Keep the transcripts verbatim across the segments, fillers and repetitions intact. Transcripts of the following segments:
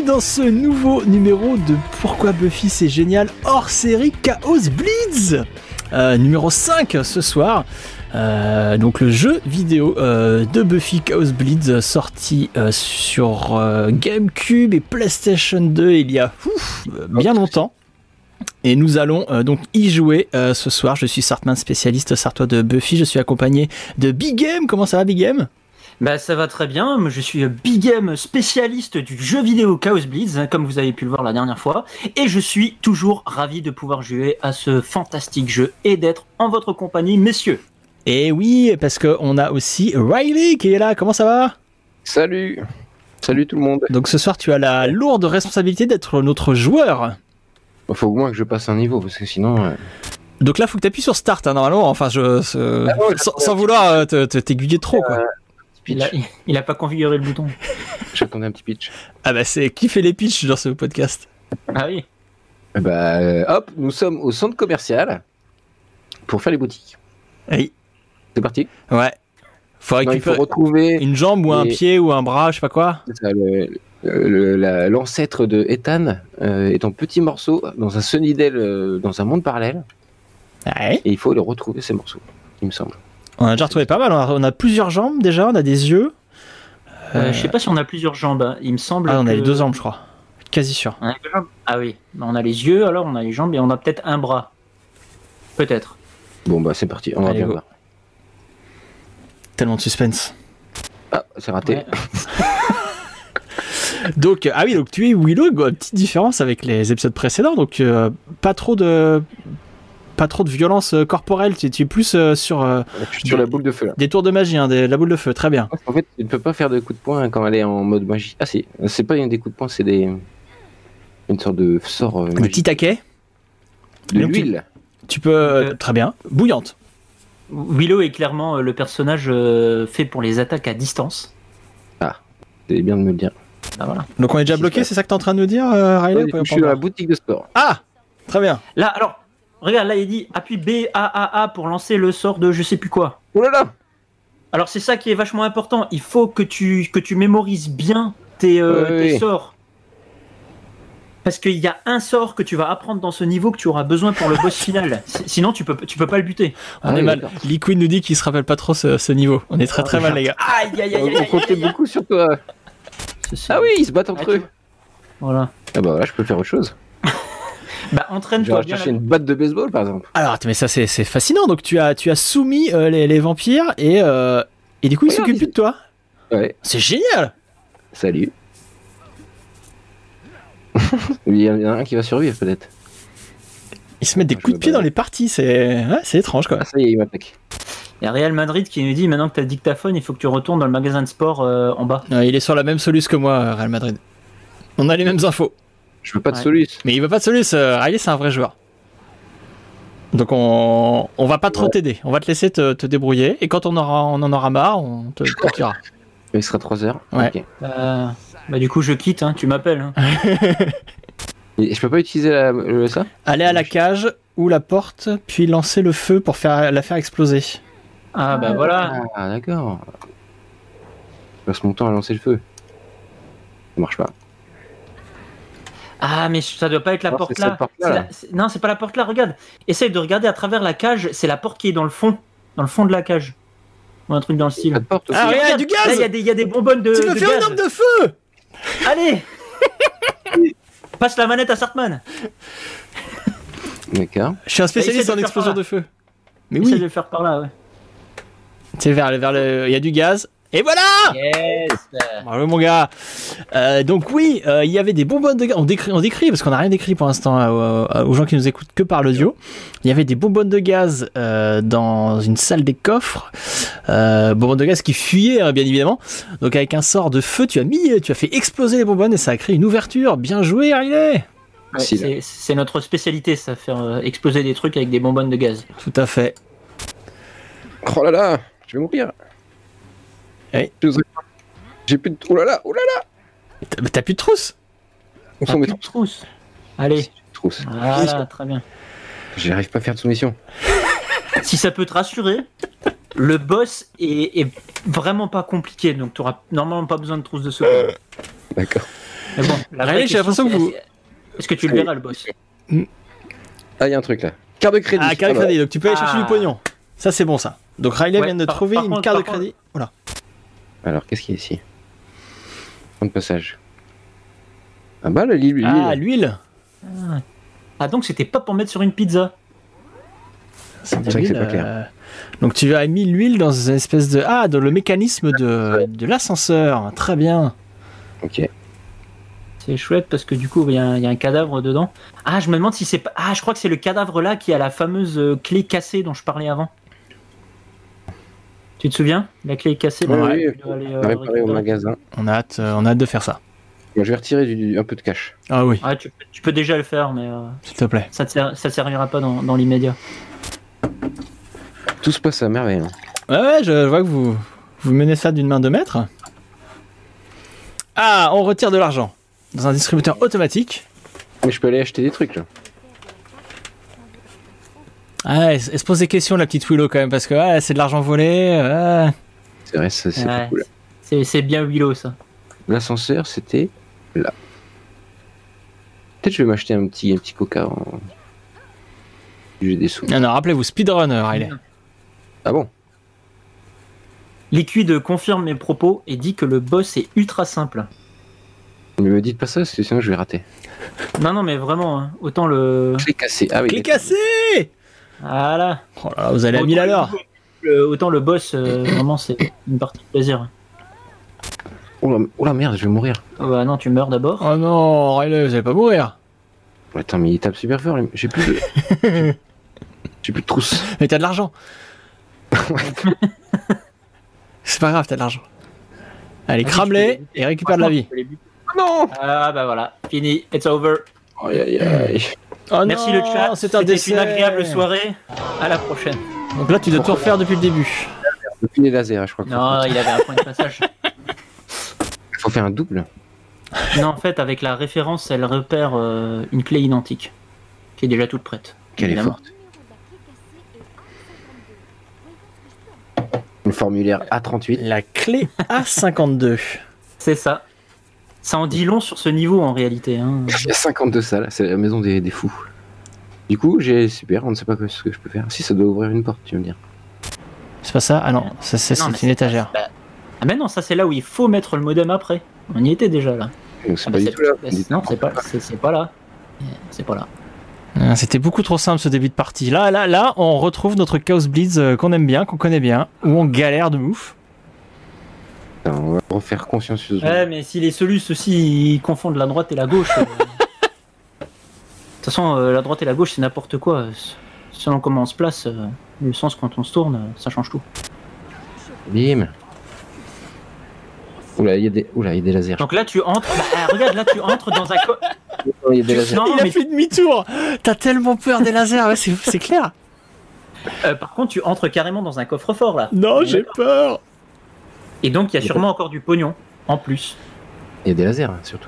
dans ce nouveau numéro de Pourquoi Buffy c'est génial hors série Chaos Bleeds, euh, numéro cinq ce soir. Euh, donc le jeu vidéo euh, de Buffy Chaos Bleeds sorti euh, sur euh, GameCube et PlayStation deux il y a ouf, bien longtemps. Et nous allons euh, donc y jouer euh, ce soir. Je suis Sartman, spécialiste sartois de Buffy. Je suis accompagné de Big Game. Comment ça va, Big Game ? Bah ça va très bien, je suis Big Game, spécialiste du jeu vidéo Chaos Bleeds, hein, comme vous avez pu le voir la dernière fois, et je suis toujours ravi de pouvoir jouer à ce fantastique jeu et d'être en votre compagnie, messieurs. Et oui, parce qu'on a aussi Riley qui est là, comment ça va ? Salut. Salut tout le monde. Donc ce soir tu as la lourde responsabilité d'être notre joueur. Il faut au moins que je passe un niveau, parce que sinon... Euh... Donc là, il faut que tu appuies sur Start, hein, normalement, enfin, je, ce... ah non, sans, sans vouloir euh, te, te, t'aiguiller trop, quoi. Euh... Il a, il a pas configuré le bouton. J'attendais un petit pitch. Ah bah c'est qui fait les pitchs dans ce podcast ? Ah oui. Bah euh, hop, nous sommes au centre commercial pour faire les boutiques. Oui. C'est parti. Ouais. Faut récupérer non, il faut retrouver une jambe ou un les... pied ou un bras, je sais pas quoi. C'est ça, le, le, la, l'ancêtre de Ethan euh, est en petits morceaux dans un Sunnydale, euh, dans un monde parallèle. Ouais. Et il faut les retrouver ces morceaux, il me semble. On a déjà retrouvé pas mal, on a, on a plusieurs jambes déjà, on a des yeux. Euh, euh, je sais pas si on a plusieurs jambes, hein. Il me semble. Ah, on que... a les deux jambes, je crois. Quasi sûr. On a les deux jambes. Ah oui, on a les yeux, alors on a les jambes et on a peut-être un bras. Peut-être. Bon bah c'est parti, on va bien voir. Tellement de suspense. Ah, c'est raté. Ouais. Donc, ah oui, donc tu es Willow, une petite différence avec les épisodes précédents, donc euh, pas trop de... Pas trop de violence corporelle, tu, tu es plus euh, sur, euh, sur la boule de feu. Là. Des tours de magie, hein, des, la boule de feu, très bien. En fait, tu ne peux pas faire de coups de poing quand elle est en mode magie. Ah si, c'est pas des coups de poing, c'est des une sorte de sort. Euh, des petits taquets. De donc, l'huile. Tu, tu peux, euh, très bien, bouillante. Willow est clairement euh, le personnage euh, fait pour les attaques à distance. Ah, c'est bien de me le dire. Ah, voilà. Donc on est déjà si bloqué, c'est ça que tu es en train de nous dire, euh, Riley ? Ouais, je suis à la boutique de sport. Ah, très bien. Là, alors. Regarde, là, il dit appuie B A A A pour lancer le sort de je sais plus quoi. Oh là là. Alors, c'est ça qui est vachement important. Il faut que tu, que tu mémorises bien tes, euh, oui, tes oui. sorts. Parce qu'il y a un sort que tu vas apprendre dans ce niveau que tu auras besoin pour le boss final. Sinon, tu peux, tu peux pas le buter. On ah, est oui, mal. Liquid nous dit qu'il se rappelle pas trop ce, ce niveau. On est très très ah, mal, les gars. Aïe, aïe, aïe, aïe. On comptait beaucoup sur toi. Ah oui, ils se battent entre ah, eux. Voilà. Ah bah là, je peux faire autre chose. Bah entraîne-toi bien. Chercher la... une batte de baseball par exemple. Alors mais ça c'est, c'est fascinant. Donc tu as tu as soumis euh, les, les vampires et euh, et du coup ils s'occupent plus de toi. Ouais. C'est génial. Salut. Il y en a un qui va survivre peut-être. Ils se mettent des coups de pied dans les parties. C'est ouais, c'est étrange quoi. Ah, ça y est, il m'attaque. Il y a Real Madrid qui nous dit maintenant que tu as le dictaphone, il faut que tu retournes dans le magasin de sport euh, en bas. Ouais, il est sur la même soluce que moi, Real Madrid. On a les mêmes infos. Je veux pas de ouais. soluce. Mais il veut pas de soluce. Euh, Riley, c'est un vrai joueur. Donc on on va pas trop ouais. t'aider. On va te laisser te, te débrouiller. Et quand on aura on en aura marre, on te dira. Il sera trois heures. Ouais. Okay. Euh, bah du coup je quitte. Hein, tu m'appelles. Hein. Et je peux pas utiliser la, le, ça ? Aller à la cage ou la porte, puis lancer le feu pour faire la faire exploser. Ah bah voilà. Ah d'accord. Je passe mon temps à lancer le feu. Ça marche pas. Ah mais ça doit pas être la non, porte c'est là. Porte là, c'est là. La... C'est... Non c'est pas la porte là. Regarde. Essaye de regarder à travers la cage. C'est la porte qui est dans le fond, dans le fond de la cage. Ou un truc dans le style. La porte aussi. Ah regarde, du gaz. Là il y a des il y a des bonbonnes de. Tu veux de faire gaz. une arme de feu ? Allez. Passe la manette à Sartman. D'accord. Je suis un spécialiste en explosion de feu. Mais oui. Essaye de le faire par là, ouais. C'est vers, vers le. Il y a du gaz. Et voilà! Yes! Bravo mon gars! Euh, donc oui, euh, il y avait des bonbonnes de gaz. On décrit, on décrit parce qu'on n'a rien décrit pour l'instant euh, aux gens qui nous écoutent que par l'audio. Il y avait des bonbonnes de gaz euh, dans une salle des coffres. Euh, bonbonnes de gaz qui fuyaient, hein, bien évidemment. Donc avec un sort de feu, tu as mis, tu as fait exploser les bonbonnes et ça a créé une ouverture. Bien joué, Riley! Ouais, c'est, c'est notre spécialité, ça, faire euh, exploser des trucs avec des bonbonnes de gaz. Tout à fait. Oh là là, je vais mourir. Hey. J'ai plus de... Oh là là, oh là là. T'as, t'as plus de trousse. On t'as s'en met plus de trousse. Allez. Trousse. Voilà, très bien. J'arrive pas à faire de soumission. Si ça peut te rassurer, le boss est, est vraiment pas compliqué, donc t'auras normalement pas besoin de trousse de secours. D'accord. Mais bon, la vraie Riley, j'ai l'impression que question, vous. c'est- Est-ce que tu le verras, le boss? Ah, il y a un truc là. Carte de crédit. Ah, carte de voilà. crédit, donc tu peux aller chercher Ah. du pognon. Ça, c'est bon, ça. Donc Riley Ouais, vient de par- trouver par une contre- carte de par crédit. Voilà. Alors, qu'est-ce qu'il y a ici? Point de passage. Ah bah, le l'huile. Ah, l'huile. l'huile. Ah, donc c'était pas pour mettre sur une pizza. C'est de C'est vrai que c'est l'huile, pas clair. euh, Donc tu as mis l'huile dans une espèce de. Ah, dans le mécanisme de, de l'ascenseur. Très bien. Ok. C'est chouette parce que du coup, il y, a un- il y a un cadavre dedans. Ah, je me demande si c'est pas. Ah, je crois que c'est le cadavre là qui a la fameuse euh, clé cassée dont je parlais avant. Tu te souviens? La clé est cassée. Ouais, là, oui, tu dois aller, On euh, va réparer au récupérer. magasin. On a hâte, euh, on a hâte de faire ça. Bon, je vais retirer du- un peu de cash. Ah oui, Ah, tu, peux- tu peux déjà le faire, mais euh, s'il te plaît. ça ne ça te servira pas dans, dans l'immédiat. Tout se passe à merveille. hein. Ouais, ouais, je vois que vous, vous menez ça d'une main de maître. Ah, on retire de l'argent dans un distributeur automatique. Mais je peux aller acheter des trucs là. Ah, elle, elle se pose des questions, la petite Willow, quand même, parce que ouais, c'est de l'argent volé. ouais. C'est vrai, ça, c'est pas Ouais, cool. c'est c'est bien Willow, ça. L'ascenseur, c'était là. Peut-être je vais m'acheter un petit, un petit coca en. J'ai des sous. Non, non, rappelez-vous, speedrunner, Riley. Ah bon? Liquid confirme mes propos et dit que le boss est ultra simple. Ne me dites pas ça, parce que sinon je vais rater. Non, non, mais vraiment, hein, autant le. Clé cassée. Ah oui. Clé d'accord. cassée. Voilà. Oh là là, vous allez à Autant mille à le- l'heure. le- Autant le boss, euh, vraiment, c'est une partie de plaisir. Oh la, oh la merde, je vais mourir. Oh, bah non, tu meurs d'abord. Oh non, Riley, vous allez pas mourir. Attends, mais il tape super fort. lui. J'ai plus de. J'ai plus de trousse. Mais t'as de l'argent. C'est pas grave, t'as de l'argent. Allez, Vas-y, crame-les tu peux les et récupère de la vie. Franchement, tu peux les buter. Non. Ah bah voilà, fini, it's over. Aïe aïe aïe. Oh Merci non, le chat, c'est un c'était décès. une agréable soirée. À la prochaine. Donc là, tu dois tout refaire depuis le début. Depuis les lasers, je crois. qu'il Non, il avait un point de passage. faut faire un double. Non, en fait, avec la référence, elle repère euh, une clé identique, qui est déjà toute prête. Qu'elle est évidemment. forte. Le formulaire A trente-huit. La clé A cinquante-deux. C'est ça. Ça en dit long sur ce niveau en réalité. Hein. Il y a cinquante-deux salles, c'est la maison des, des fous. Du coup, j'ai super, on ne sait pas ce que je peux faire. Si, ça doit ouvrir une porte, tu vas me dire. C'est pas ça? Ah non, ça, c'est Non, mais c'est une étagère. Bah, ah mais non, ça c'est là où il faut mettre le modem après. On y était déjà là. Donc c'est Ah, pas bah, du c'est- tout là. bah, c'est- non, c'est pas, c'est, c'est pas là. C'est pas là. Ah, C'était beaucoup trop simple ce début de partie. Là, là, là, on retrouve notre Chaos Blitz euh, qu'on aime bien, qu'on connaît bien, où on galère de ouf. Attends, on va refaire consciencieusement. Ouais, mais si les solus aussi ils confondent la droite et la gauche. euh, De toute façon, euh, la droite et la gauche c'est n'importe quoi. Selon comment on se place, euh, le sens quand on se tourne, euh, ça change tout. Bim. Oula, il y a des, oula, il y a des lasers. Donc là tu entres, bah, ah, regarde, là tu entres dans un. Co- Il y a des lasers. Non, Il a mais fait demi-tour. T'as tellement peur des lasers, ouais, c'est c'est clair. euh, par contre, tu entres carrément dans un coffre-fort là. Non, j'ai peur. Et donc il y a sûrement encore du pognon en plus. Il y a des lasers, hein, surtout.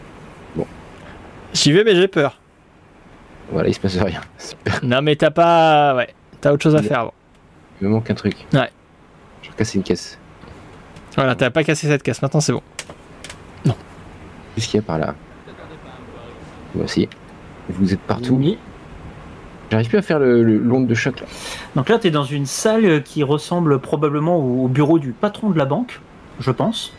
J'y vais, mais j'ai peur. Voilà, il se passe rien. Super. Non, mais t'as pas. Ouais, t'as autre chose à faire avant. Il me manque un truc. Ouais. Je vais casser une caisse. Voilà, t'as pas cassé cette caisse, maintenant c'est bon. Qu'est-ce qu'il y a par là? Voici. Vous êtes partout. Oui. J'arrive plus à faire le- le- l'onde de choc là. Donc là tu es dans une salle qui ressemble probablement au au bureau du patron de la banque, je pense.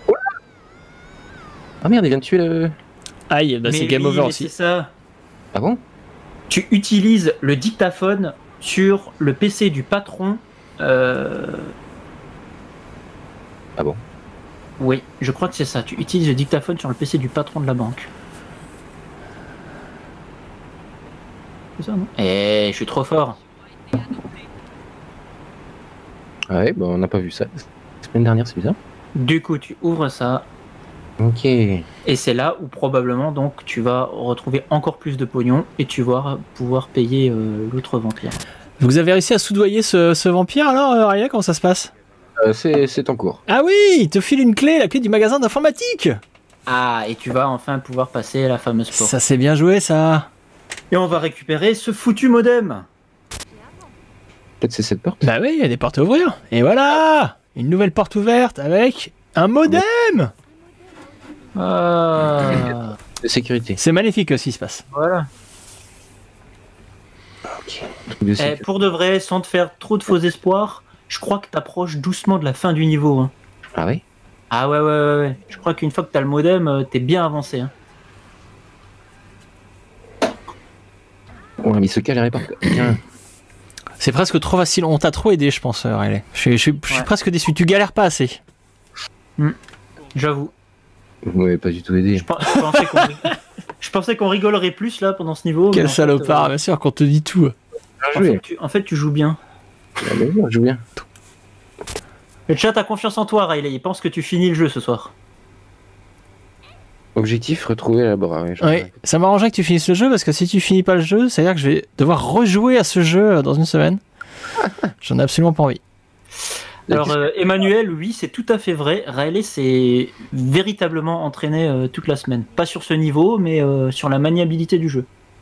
Ah merde, il vient de tuer le. Aïe, bah c'est Mais game oui, over mais aussi. C'est ça. Ah bon? Tu utilises le dictaphone sur le P C du patron. euh, Ah bon? Oui, je crois que c'est ça. Tu utilises le dictaphone sur le P C du patron de la banque. C'est ça, non? Eh, je suis trop fort. Ah ouais, bah on n'a pas vu ça. La semaine dernière, c'est bizarre. Du coup, tu ouvres ça. Ok. Et c'est là où probablement donc tu vas retrouver encore plus de pognon et tu vas pouvoir payer euh, l'autre vampire. Vous avez réussi à soudoyer ce, ce vampire alors, euh, Riley, comment ça se passe? Euh, c'est c'est en cours. Ah oui, il te file une clé, la clé du magasin d'informatique. Ah, et tu vas enfin pouvoir passer à la fameuse porte. Ça c'est bien joué ça. Et on va récupérer ce foutu modem. Peut-être c'est cette porte. Bah oui, il y a des portes à ouvrir. Et voilà, une nouvelle porte ouverte avec un modem. Ah. de sécurité. C'est magnifique ce qui se passe. Voilà. Ok. Truc de Eh, sécurité. pour de vrai, sans te faire trop de faux espoirs, je crois que t'approches doucement de la fin du niveau. Hein. Ah oui. Ah ouais, ouais, ouais, ouais. Je crois qu'une fois que t'as le modem, euh, t'es bien avancé. Hein. Ouais, mais il se calerait pas. Tiens. C'est presque trop facile. On t'a trop aidé, je pense, euh, Riley. Je suis, je suis- je suis Ouais. presque déçu. Tu galères pas assez. J'avoue. Vous m'avez pas du tout aidé. Je, pen- je pensais qu'on je pensais qu'on rigolerait plus là pendant ce niveau. Quel mais en fait, salopard, euh, bien sûr, qu'on te dit tout. Bien en, joué. fait, tu, en fait, tu joues bien. Ah, bien joué, je joue bien. Le chat a confiance en toi, Riley. Il pense que tu finis le jeu ce soir. Objectif, retrouver la laboratoire. Oui, ça m'arrangerait que tu finisses le jeu parce que si tu finis pas le jeu, ça veut dire que je vais devoir rejouer à ce jeu euh, dans une semaine. J'en ai absolument pas envie. Alors, euh, Emmanuel, oui, c'est tout à fait vrai. Riley s'est véritablement entraîné euh, toute la semaine. Pas sur ce niveau, mais euh, sur la maniabilité du jeu.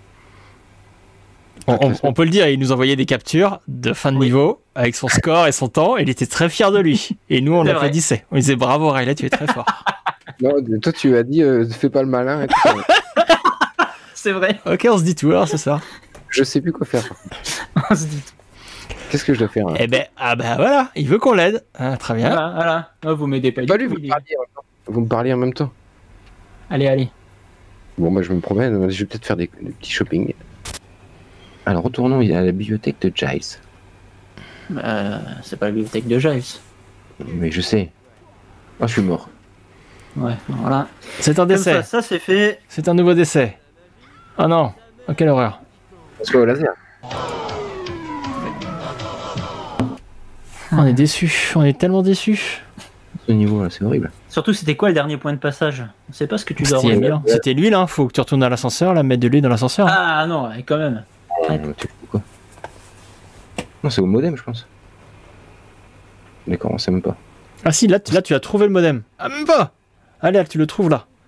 On, on- on peut le dire, il nous envoyait des captures de fin de Oui. niveau avec son score et son temps. Et il était très fier de lui. Et nous, on C'est vrai. l'applaudissait. On disait bravo Riley, tu es très fort. Non, toi tu as dit euh, fais pas le malin et tout ça. C'est vrai. Ok, on se dit tout alors ce soir. Je sais plus quoi faire. On se dit. Qu'est-ce que je dois faire hein Eh ben, ah ben voilà, il veut qu'on l'aide. Ah, très bien. Voilà, voilà. Oh, vous m'aidez pas du Bah lui, tout, vous il me, est- parliez en même temps. Vous me parliez en même temps. Allez, allez. Bon, moi je me promène, je vais peut-être faire des, des petits shopping. Alors retournons à la bibliothèque de Giles. Euh, c'est pas la bibliothèque de Giles. Mais je sais. Ah, je suis mort. Ouais, voilà. C'est un Comme décès. ça, ça c'est fait. C'est un nouveau décès. Oh non, oh, quelle horreur. Parce que au laser. On est déçus, on est tellement déçus. Ce niveau là, c'est horrible. Surtout, c'était quoi le dernier point de passage? On sait pas ce que tu dois C'était revenir. Emile. C'était l'huile, hein. Faut que tu retournes à l'ascenseur, là, mettre de l'huile dans l'ascenseur. Ah non, ouais, quand même. Ouais. Euh, tu fais quoi Non, c'est au modem, je pense. D'accord, on sait même pas. Ah si, là, tu- là tu as trouvé le modem. Ah même pas. Allez, tu le trouves là.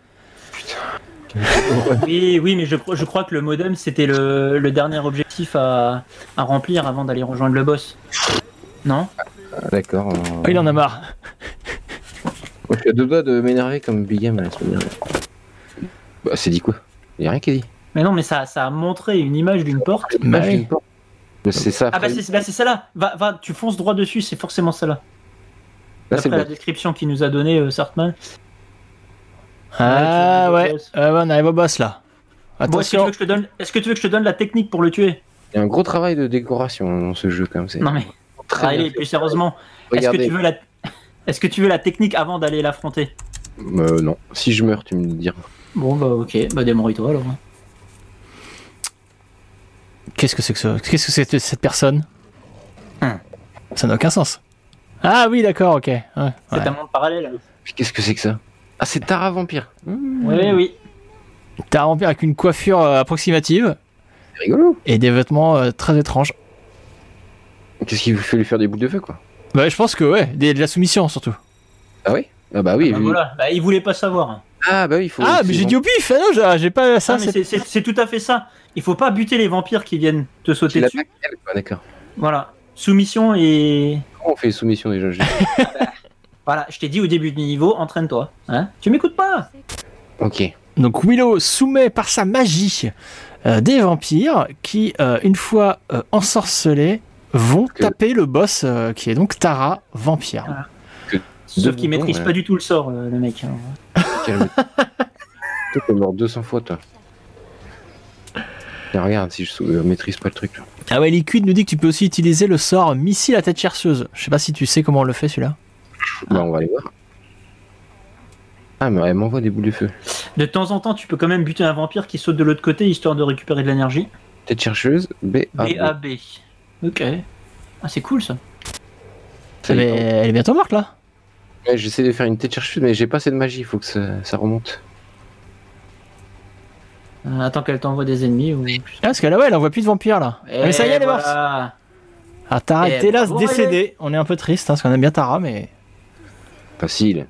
Oui, oui, mais je, cro- je crois que le modem c'était le, le dernier objectif à, à remplir avant d'aller rejoindre le boss. Non? Ah, d'accord. euh, Oh, il en a marre. Moi, je suis à deux doigts de m'énerver comme Big Game la semaine dernière. Bah, c'est dit quoi Il y a rien qui est dit. Mais non, mais ça, ça a montré une image d'une porte. Bah Ah, je oui. viens de pas. Mais c'est ça. Ah bah Freddy. c'est bah, c'est celle-là. Va, va, tu fonces droit dessus, c'est forcément celle-là. Là, c'est Après la le description qu'il nous a donné euh, Sartman. Ah Ouais, tu ouais, veux dire Euh, ouais, on arrive au boss là. Bon, est-ce que tu Attention. veux que je te donne, est-ce que tu veux que je te donne la technique pour le tuer? Il y a un gros travail de décoration dans ce jeu, quand même. C'est Non mais, très bien allez, fait. plus sérieusement, est-ce que Regardez. tu veux la, est-ce que tu veux la technique avant d'aller l'affronter? Euh, non. Si je meurs, tu me le diras. Bon bah ok, bah démorille-toi alors. Qu'est-ce que c'est que ça Qu'est-ce que c'est que cette personne Hum. Ça n'a aucun sens. Ah oui, d'accord, ok. Ouais, C'est ouais. un monde parallèle. Puis qu'est-ce que c'est que ça Ah, c'est Tara Vampire. Mmh, Oui, oui. T'as rempli avec une coiffure euh, approximative c'est rigolo. et des vêtements euh, très étranges. Qu'est-ce qu'il fait lui faire des boules de feu, quoi Bah, je pense que ouais, des- de la soumission surtout. Ah oui Ah bah oui. Bah, vu- voilà, bah, il voulait pas savoir. Ah bah oui, il faut. Ah, mais c'est j'ai bon. dit au pif, ah non, j'ai- j'ai pas ça. Ah, mais c'est- c'est- c'est c'est tout à fait ça. Il faut pas buter les vampires qui viennent te sauter Tu dessus. l'attaques, elle, quoi, d'accord. Voilà. Soumission et. Comment on fait les soumissions déjà je- Voilà, je t'ai dit au début du niveau, entraîne-toi. Hein, tu m'écoutes pas? Ok. Donc Willow soumet par sa magie euh, des vampires qui, euh, une fois euh, ensorcelés, vont Que- taper le boss euh, qui est donc Tara Vampire. Ah. Deux Sauf qu'il boutons, maîtrise ouais. pas du tout le sort, euh, le mec. hein. Calme. Toi, t'es mort deux cents fois, toi. Et regarde, si je sou- euh, maîtrise pas le truc. Là. Ah ouais, Liquid nous dit que tu peux aussi utiliser le sort missile à tête chercheuse. Je sais pas si tu sais comment on le fait celui-là. Bah, on va aller voir. Ah, mais elle m'envoie des boules de feu. De temps en temps, tu peux quand même buter un vampire qui saute de l'autre côté histoire de récupérer de l'énergie. Tête chercheuse, B, A, B A B. Ok. Ah, c'est cool ça. Ça y Mais est, pardon. elle est bientôt morte là. Ouais, j'essaie de faire une tête chercheuse, mais j'ai pas assez de magie, il faut que ça, ça remonte. Euh, attends qu'elle t'envoie des ennemis ou. Ah, parce qu'elle ouais, elle envoie plus de vampires là. Ah, mais ça y est, elle est morte. voilà. Ah, Tara Et est hélas bravo, décédée. On est un peu triste hein, parce qu'on aime bien Tara, mais. Facile.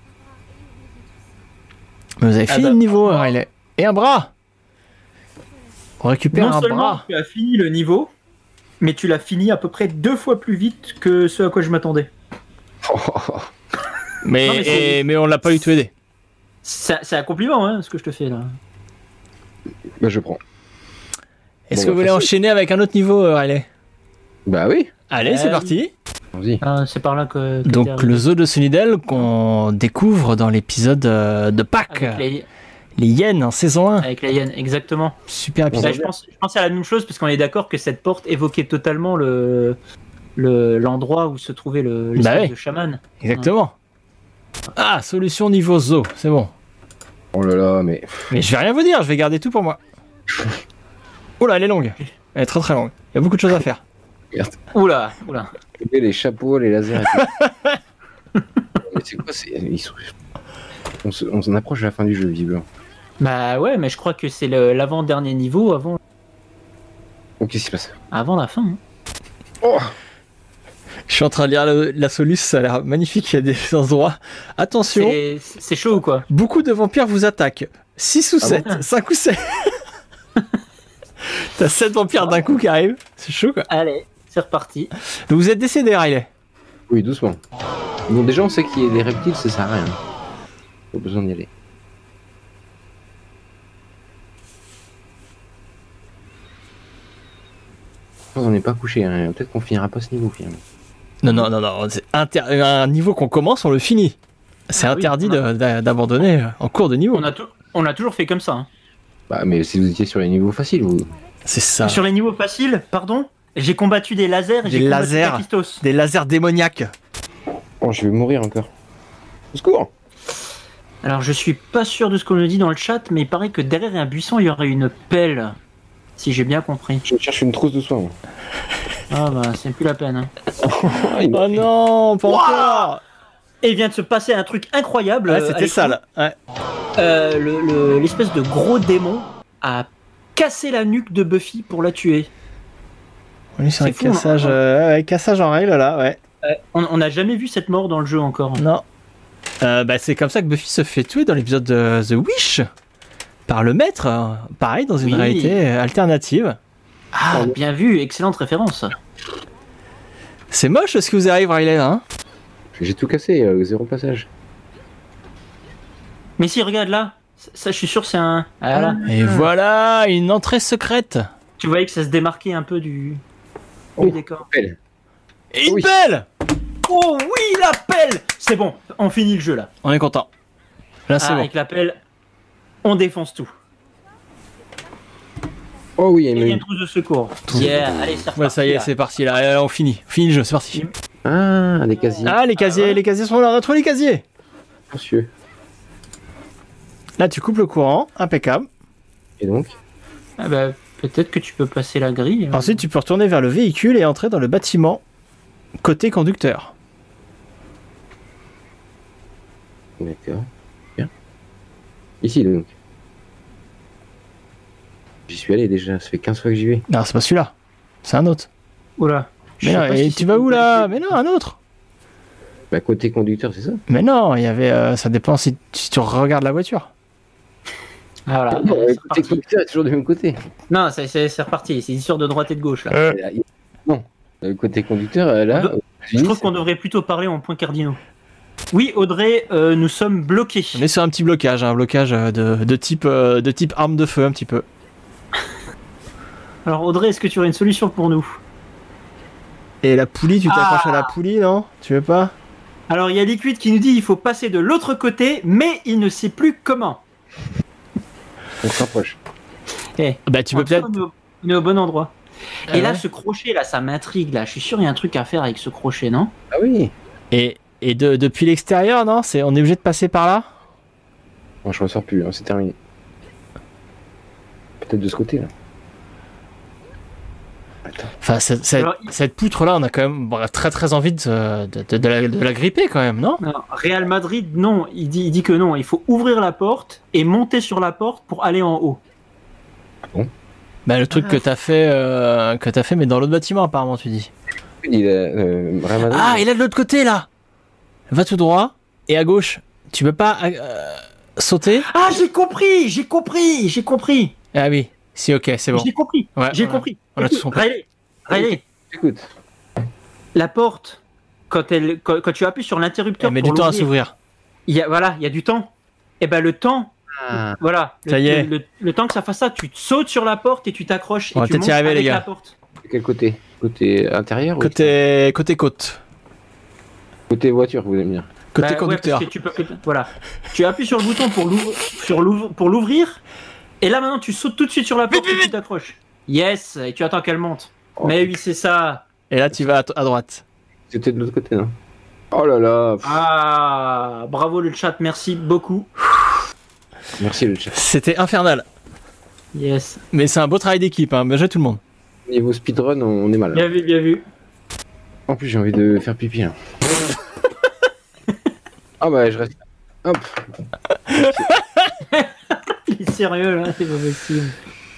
Mais vous avez Ah fini bah, le niveau, franchement. Riley. Et un bras. On récupère Non un seulement bras. tu as fini le niveau, mais tu l'as fini à peu près deux fois plus vite que ce à quoi je m'attendais. Mais, Non, mais c'est- et- mais on l'a pas du tout aidé. C'est c'est un compliment, hein, ce que je te fais là. Bah, je prends. Est-ce Bon, que bah, vous voulez facile. enchaîner avec un autre niveau, euh, Riley? Bah oui. Allez, Euh, c'est parti. Vas-y. Ah, c'est par là que. que t'es Donc, arrivé. le zoo de Sunnydale qu'on découvre dans l'épisode euh, de Pâques. Avec les, Les hyènes en saison un. avec les hyènes, exactement. Super Bah, épisode. je, pense, je pensais à la même chose parce qu'on est d'accord que cette porte évoquait totalement le le- l'endroit où se trouvait le l'espèce Bah ouais. de chaman. Exactement. Ah, solution niveau zoo, c'est bon. Oh là là, mais. Mais je vais rien vous dire, je vais garder tout pour moi. Oh là, elle est longue. Elle est très très longue. Il y a beaucoup de choses à faire. Oula, oula. Les chapeaux, les lasers et tout. Mais c'est quoi c'est... Ils sont... On se- on s'en approche de la fin du jeu, visiblement. Bah ouais, mais je crois que c'est le- l'avant-dernier niveau avant, Oh, qu'est-ce qui se passe? avant la fin. hein. Oh Je suis en train de lire le- la soluce, ça a l'air magnifique, il y a des endroits. Attention, C'est c'est chaud ou quoi? beaucoup de vampires vous attaquent. six ou Ah sept, cinq ou sept. T'as sept vampires d'un coup qui arrivent, c'est chaud quoi. Allez, c'est reparti. Donc vous êtes décédé, Riley. Oui, doucement. Bon, déjà, on sait qu'il y a des reptiles, ça sert à rien. Pas besoin d'y aller. On n'est pas couché, hein. Peut-être qu'on finira pas ce niveau finalement. Non, non, non, non, c'est inter- un niveau qu'on commence, on le finit. C'est Ah oui, interdit on a- de- d'a- d'abandonner en cours de niveau. On a, tou- on a toujours fait comme ça. hein. Bah, mais si vous étiez sur les niveaux faciles, vous. C'est ça. Sur les niveaux faciles, pardon, j'ai combattu des lasers et Des j'ai combattu lasers. Kakistos. Des lasers démoniaques. Oh, je vais mourir encore. Au secours! Alors je suis pas sûr de ce qu'on nous dit dans le chat, mais il paraît que derrière un buisson il y aurait une pelle. Si j'ai bien compris. Je cherche une trousse de soin. moi. Ah bah c'est plus la peine. hein. Ah, il m'a- Oh non, pas encore. Et il vient de se passer un truc incroyable. Ouais, euh, c'était Alexis. ça là. Ouais. Euh, le- le- L'espèce de gros démon a cassé la nuque de Buffy pour la tuer. On est sur C'est un fou, hein. cassage, euh, ouais, cassage en règle là, ouais. Euh, on on n'a jamais vu cette mort dans le jeu encore. Non. Euh, bah, c'est comme ça que Buffy se fait tuer dans l'épisode de The Wish par le maître. hein. Pareil, dans une Oui. réalité alternative. Ah, bien vu, excellente référence. C'est moche ce qui vous arrive, Riley, hein. J'ai tout cassé, euh, zéro passage. Mais si, regarde là. Ça, je suis sûr, c'est un. Ah, voilà. Et voilà, une entrée secrète. Tu voyais que ça se démarquait un peu du, du Oh. décor. Pelle. Et une Oui. pelle. Oh oui, la pelle. C'est bon, on finit le jeu là. On est content. Là, c'est Ah, bon. avec la pelle, on défonce tout. Oh oui, il y a Et il y a une. une trousse de secours. Yeah, allez, c'est reparti. Ouais, ça y est, là. c'est parti. Là, Allez, on finit. On finit le jeu, c'est parti. Ah, des casiers. Ah, les casiers, voilà. les casiers sont là. On a trouvé les casiers. Monsieur. Là, tu coupes le courant, impeccable. Et donc? Ah bah, peut-être que tu peux passer la grille. Ensuite, tu peux retourner vers le véhicule et entrer dans le bâtiment côté conducteur. D'accord. Bien. Ici donc. J'y suis allé déjà, ça fait quinze fois que j'y vais. Non, c'est pas celui-là. C'est un autre. Oula. Je Mais sais non, pas et si tu c'est vas une où là qualité. Mais non, un autre. Bah côté conducteur, c'est ça? Mais non, il y avait. euh, ça dépend si, si tu regardes la voiture. Ah, voilà. Non, allez, le c'est côté reparti. conducteur est toujours du même côté. Non, c'est c'est- c'est reparti. C'est histoire de droite et de gauche là. Euh. Et là, il- Non. Le côté conducteur, euh, là. On doit- aux Je États-Unis, trouve qu'on devrait plutôt parler en points cardinaux. Oui, Audrey, euh, nous sommes bloqués. On est sur un petit blocage, un blocage euh, de, de type euh, de type arme de feu un petit peu. Alors Audrey, est-ce que tu aurais une solution pour nous? Et la poulie, tu t'accroches Ah. à la poulie, non? Tu veux pas? Alors il y a Liquid qui nous dit il faut passer de l'autre côté, mais il ne sait plus comment. On se rapproche. Eh, Bah tu en peux tout cas, peut-être. on est au- on est au bon endroit. Ah Et là, ouais. ce crochet là, ça m'intrigue là. Je suis sûr il y a un truc à faire avec ce crochet, non? Ah oui. Et, et de, depuis l'extérieur, non? C'est, on est obligé de passer par là? Bon, je ressors plus, hein, c'est terminé. Peut-être de ce côté là. Attends. Enfin, cette, cette, Alors, cette poutre-là, on a quand même bon, très très envie de, de, de, de la, de la gripper quand même, non? Non, Real Madrid, non. Il dit, il dit que non. Il faut ouvrir la porte et monter sur la porte pour aller en haut. Bah, le truc Ah. que t'as fait, euh, que t'as fait, mais dans l'autre bâtiment, apparemment, tu dis. Il a, euh, Real Madrid, Ah, il est de l'autre côté, là! Va tout droit, et à gauche. Tu peux pas euh, sauter? Ah, j'ai compris, j'ai compris, j'ai compris, Ah oui, si, ok, c'est bon. j'ai compris, Ouais, j'ai on a- compris. on a Écoute, tous compris. Riley, Riley, Écoute. la porte, quand, elle, quand, quand tu appuies sur l'interrupteur Elle met pour du temps à l'ouvrir, s'ouvrir. il y a, voilà, il y a du temps. Et ben le temps Ah. Voilà. Ça le, y est. Le, le temps que ça fasse ça, tu te sautes sur la porte et tu t'accroches On va et tu peut-être y montes arriver, avec les gars. la porte. De quel côté? Côté intérieur ou Côté, côté côte. côté voiture, vous voulez me dire? Côté Bah, ouais, conducteur. parce que tu peux, voilà. Tu appuies sur le bouton pour l'ouvrir, sur l'ouvre- pour l'ouvrir, et là maintenant tu sautes tout de suite sur la porte et tu t'accroches. Yes, et tu attends qu'elle monte. Oh. Mais oui, c'est ça. Et là, tu vas à, à droite. C'était de l'autre côté, non? Oh là là. pff, Ah, bravo le chat, merci beaucoup. Merci le chat. C'était infernal. Yes. Mais c'est un beau travail d'équipe, hein. Bien joué tout le monde. Niveau speedrun, on est mal. Bien vu, bien vu. En plus, j'ai envie de faire pipi là. Ah bah, je reste. Hop. Il est sérieux là, c'est pas possible.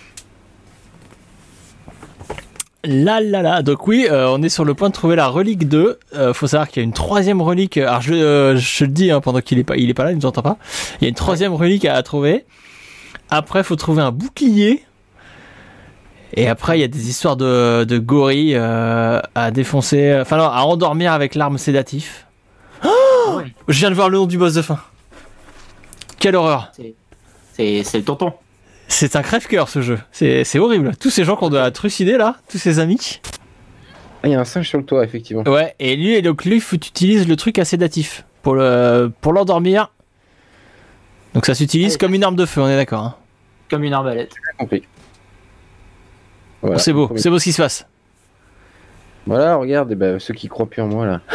Là, là, là. Donc oui, euh, on est sur le point de trouver la relique deux. Euh, faut savoir qu'il y a une troisième relique. Alors je, euh, je le dis hein, pendant qu'il est pas, il est pas là, il nous entend pas. Il y a une troisième relique à, à trouver. Après, faut trouver un bouclier. Et après, il y a des histoires de, de gorilles euh, à défoncer. Enfin non, à endormir avec l'arme sédatif. Ouais. Je viens de voir le nom du boss de fin. Quelle horreur. C'est, c'est le tonton. C'est un crève-cœur ce jeu. C'est, c'est horrible. Tous ces gens qu'on doit trucider là, tous ces amis. Ah, il y a un singe sur le toit, effectivement. Ouais, et lui, et donc lui, il faut que tu utilises le truc à sédatif pour, le, pour l'endormir. Donc ça s'utilise Allez. comme une arme de feu, on est d'accord. Hein. Comme une arbalète. J'ai compris. Voilà. Bon, c'est beau, Premier. c'est beau ce qui se passe. Voilà, regarde, eh ben, ceux qui croient plus en moi là.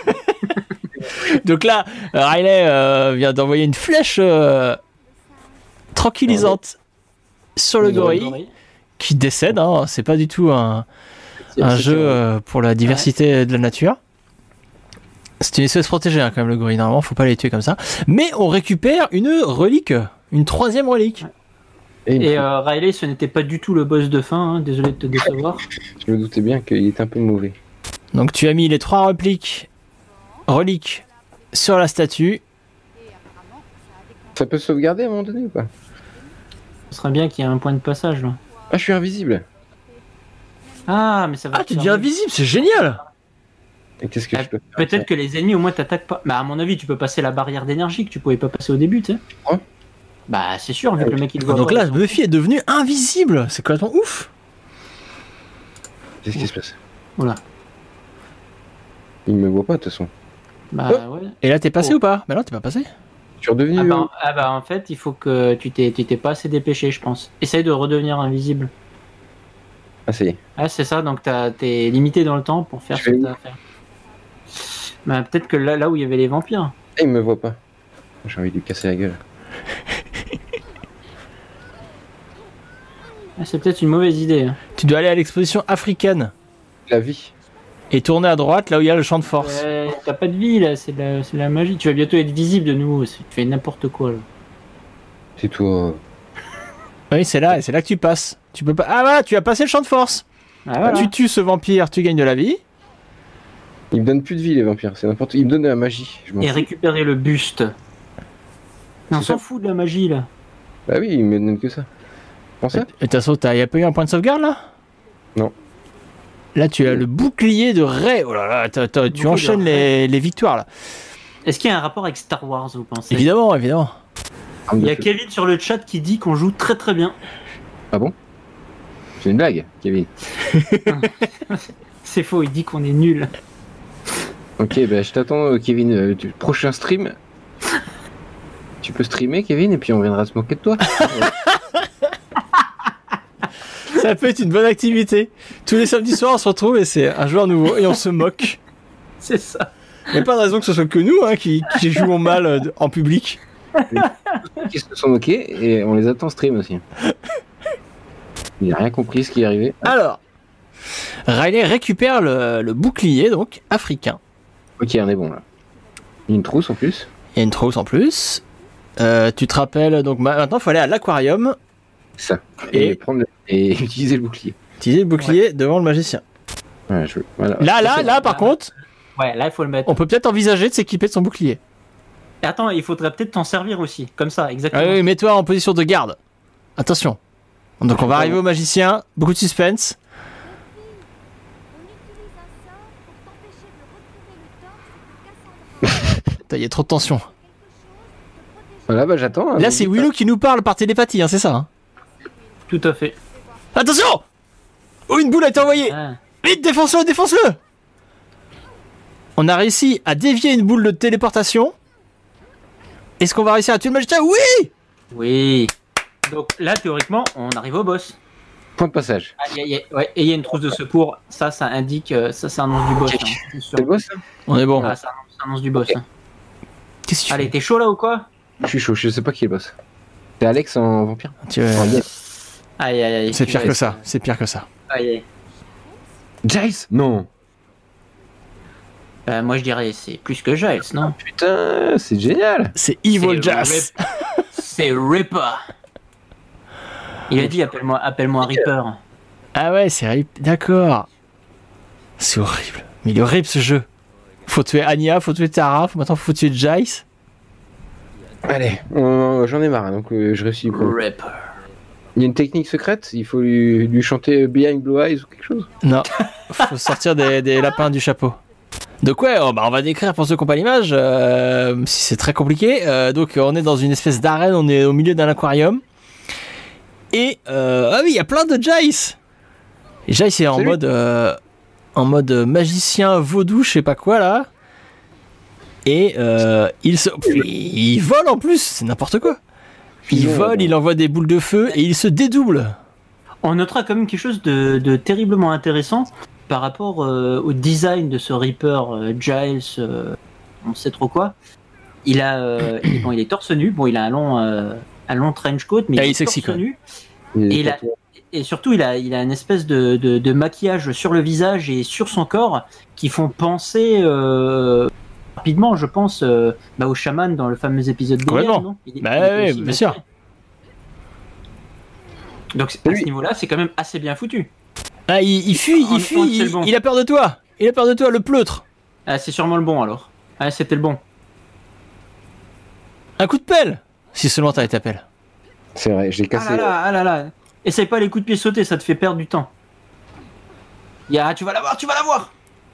Donc là, euh, Riley euh, vient d'envoyer une flèche euh, tranquillisante sur le Le gorille Gorille. qui décède. Hein. C'est pas du tout un, un C'est- jeu c'est- euh, pour la diversité de la nature. C'est une espèce protégée hein, quand même le gorille. Normalement, faut pas les tuer comme ça. Mais on récupère une relique, une troisième relique. Et, Et euh, Riley, ce n'était pas du tout le boss de fin, hein, désolé de te décevoir. je me doutais bien qu'il était un peu mauvais. Donc tu as mis les trois répliques, reliques sur la statue. Ça peut se sauvegarder à un moment donné ou pas? Ce serait bien qu'il y ait un point de passage là. Ah, je suis invisible. Ah, mais ça va. Ah, te tu faire deviens mal. invisible, c'est génial. Et qu'est-ce que Ah, je peux faire? Peut-être que les ennemis au moins t'attaquent pas. Bah à mon avis, tu peux passer la barrière d'énergie que tu pouvais pas passer au début, tu sais. Ouais. Bah c'est sûr, vu que le mec il doit. Donc là, Buffy est devenue invisible. C'est complètement ouf. Qu'est-ce qui se passe? Voilà. Il me voit pas de toute façon. Bah Oh. ouais. Et là, t'es passé Oh. ou pas? Bah non, t'es pas passé. Je suis redevenu. Ah bah, euh, ah bah en fait, il faut que tu t'es, tu t'es pas assez dépêché, je pense. Essaye de redevenir invisible. Ah, ça y est. Ah c'est ça, donc t'as, t'es limité dans le temps pour faire Je ce que vais t'as à faire. Bah peut-être que là, là où il y avait les vampires. Ah, il me voit pas. J'ai envie de lui casser la gueule. Ah, c'est peut-être une mauvaise idée. hein. Tu dois aller à l'exposition africaine La vie. et tourner à droite là où il y a le champ de force. Ouais, t'as pas de vie là, c'est de, la, c'est de la magie. Tu vas bientôt être visible de nouveau, c'est- tu fais n'importe quoi là. C'est toi. Oui, c'est là, et c'est là que tu passes. Tu peux pas. Ah voilà, tu as passé le champ de force. Ah, voilà. Tu tues ce vampire, tu gagnes de la vie. Il me donne plus de vie, les vampires. C'est n'importe. Il me donne de la magie. Je m'en Et fous. récupérer le buste. Mais on C'est s'en ça. fout de la magie là. Bah oui, il me donne que ça. Prends ça. Et de toute façon, il n'y a pas eu un point de sauvegarde là? Non. Là, tu as le bouclier de Rey. Oh là là, t'as- t'as- tu Bouclier de enchaînes les, les victoires là. Est-ce qu'il y a un rapport avec Star Wars, vous pensez? Évidemment, évidemment. Arme Il de y a feu. Kevin sur le chat qui dit qu'on joue très très bien. Ah bon? C'est une blague, Kevin. C'est faux, il dit qu'on est nul. Ok, bah je t'attends, euh, Kevin. Euh, tu- Prochain stream. Tu peux streamer, Kevin, et puis on viendra se moquer de toi. Ça peut être une bonne activité. Tous les samedis soirs, on se retrouve et c'est un joueur nouveau et on se moque. C'est ça. Il n'y a pas de raison que ce soit que nous hein, qui, qui jouons mal euh, en public. Qui se sont moqués, et on les attend stream aussi. Il n'a rien compris ce qui est arrivé. Alors, Riley récupère le, le bouclier donc africain. Ok, on est bon là. Il y a une trousse en plus. Il y a une trousse en plus. Euh, tu te rappelles donc ma- maintenant il faut aller à l'aquarium, Ça. Et- Et, prendre le- et utiliser le bouclier. utiliser le bouclier devant le magicien. Voilà, je... voilà. Là, là, c'est- là, par contre, Ouais, là il faut le mettre. on peut peut-être envisager de s'équiper de son bouclier. Et attends, il faudrait peut-être t'en servir aussi. Comme ça, Ah exactement. oui, mets-toi en position de garde. Attention. Donc on va arriver au magicien, beaucoup de suspense. Putain, il y a trop de tension. Voilà, bah j'attends. Hein, Là, c'est Willow qui nous parle par télépathie, hein, c'est ça hein. Tout à fait. Attention! Oh, une boule a été envoyée! Ah. Vite, défonce-le, défonce-le! On a réussi à dévier une boule de téléportation. Est-ce qu'on va réussir à tuer le magicien? Oui! Oui. Donc là, théoriquement, on arrive au boss. Point de passage. Ah, y a, y a, ouais, et il y a une trousse de secours. Ça, ça indique, euh, ça, ça annonce du boss. Ok. Hein, c'est sûr. C'est le boss, ça? On est bon. Ah, ça, annonce, ça annonce du boss. Hein. Qu'est-ce que tu Allez, fais? t'es chaud là ou quoi? Je suis chaud, je sais pas qui est le boss. C'est Alex en vampire? Tu veux- Oh, yes. Aïe, aïe, aïe. C'est tu pire vas que être- ça, c'est pire que ça. Aïe, aïe. Jace? Non. Euh, moi, je dirais c'est plus que Giles, non? Putain, c'est génial. C'est Evil C'est Jazz. Rip- C'est Ripper. Il a dit appelle-moi appelle-moi Ripper. Ah ouais, c'est Rip. D'accord. C'est horrible. Mais il est horrible ce jeu. Faut tuer Anya, faut tuer Tara, faut maintenant faut tuer Jace. Allez, on- j'en ai marre, donc euh, je réussis. Quoi. Ripper. Il y a une technique secrète? Il faut lui, lui chanter Behind Blue Eyes ou quelque chose? Non, faut sortir des, des lapins du chapeau. Donc ouais, oh, bah on va décrire pour ceux qui n'ont pas l'image, euh, si c'est très compliqué. Euh, donc on est dans une espèce d'arène, on est au milieu d'un aquarium. Et euh, ah oui, il y a plein de Jace. Et Jace est en Salut. mode euh, en mode magicien vaudou, je sais pas quoi là. Et euh, il se, il vole en plus, c'est n'importe quoi. Il Fusion, vole, là. il envoie des boules de feu et il se dédouble. On notera quand même quelque chose de, de terriblement intéressant par rapport euh, au design de ce Reaper euh, Giles, euh, on sait trop quoi. Il a, euh, il, bon, il est torse nu. Bon, il a un long, euh, un long trench coat, mais Ah, il il est est sexy, torse quoi. nu. Il est Et, il a- et surtout, il a, il a une espèce de, de, de maquillage sur le visage et sur son corps qui font penser euh, rapidement, je pense, euh, bah, au chaman dans le fameux épisode des Complètement. non il est- Bah il est ouais, aussi bien sûr. maquillé. Donc à Oui. ce niveau-là, c'est quand même assez bien foutu. Ah, il, il fuit, En il même temps, fuit, c'est le il, bon. il a peur de toi. Il a peur de toi, le pleutre. Ah, c'est sûrement le bon alors. Ah, c'était le bon. Un coup de pelle. Si seulement t'avais ta pelle. C'est vrai, j'ai Ah cassé. là là, ah là là. Essaye pas les coups de pied sautés, ça te fait perdre du temps. Il y a, tu vas l'avoir, tu vas l'avoir.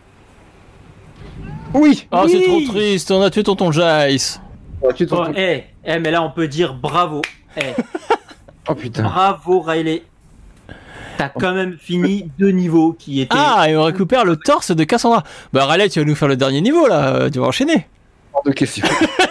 Oui. Oh, Oui. c'est trop triste, on a tué tonton Jace. Oh, tu Oh, t'entends- eh, eh, mais là on peut dire bravo. Eh, Oh, putain. bravo Riley. T'as quand même fini deux niveaux qui étaient. Ah, et on récupère le torse de Cassandra. Bah, Riley, tu vas nous faire le dernier niveau là, euh, tu vas enchaîner. Hors de question.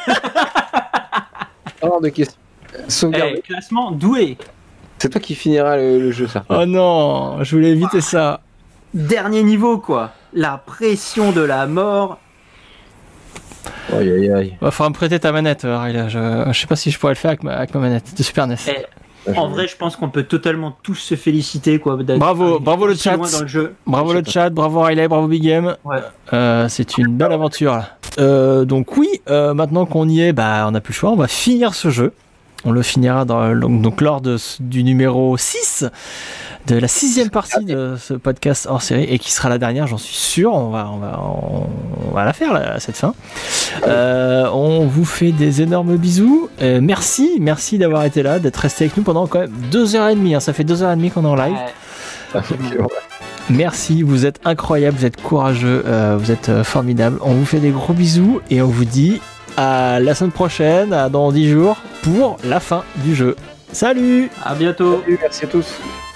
Hors de question. Sauvegarde. Eh, classement doué. C'est toi qui finiras le, le jeu, ça. Oh non, je voulais éviter ça. Dernier niveau quoi. La pression de la mort. Aïe aïe aïe. Va falloir me prêter ta manette, euh, Riley. Je, je sais pas si je pourrais le faire avec ma, avec ma manette de Super N E S. Eh, en vrai, je pense qu'on peut totalement tous se féliciter quoi. d'être Bravo, arrivé bravo le aussi chat. loin dans le jeu. Bravo le chat, bravo Riley, bravo Big Game. Ouais. Euh, c'est une belle aventure là. Euh, donc oui, euh, maintenant qu'on y est, bah on n'a plus le choix, on va finir ce jeu. On le finira dans, donc, donc lors de, ce- du numéro six, de la sixième partie de ce podcast hors série, et qui sera la dernière, j'en suis sûr. On va, on va, on, on va la faire là, cette fin. Euh, on vous fait des énormes bisous. Euh, merci, merci d'avoir été là, d'être resté avec nous pendant quand même deux heures et demie. Hein. Ça fait deux heures et demie qu'on est en live. Ouais. Merci, vous êtes incroyables, vous êtes courageux, euh, vous êtes euh, formidables. On vous fait des gros bisous et on vous dit à la semaine prochaine, à dans dix jours, pour la fin du jeu. Salut! À bientôt. Salut, merci à tous.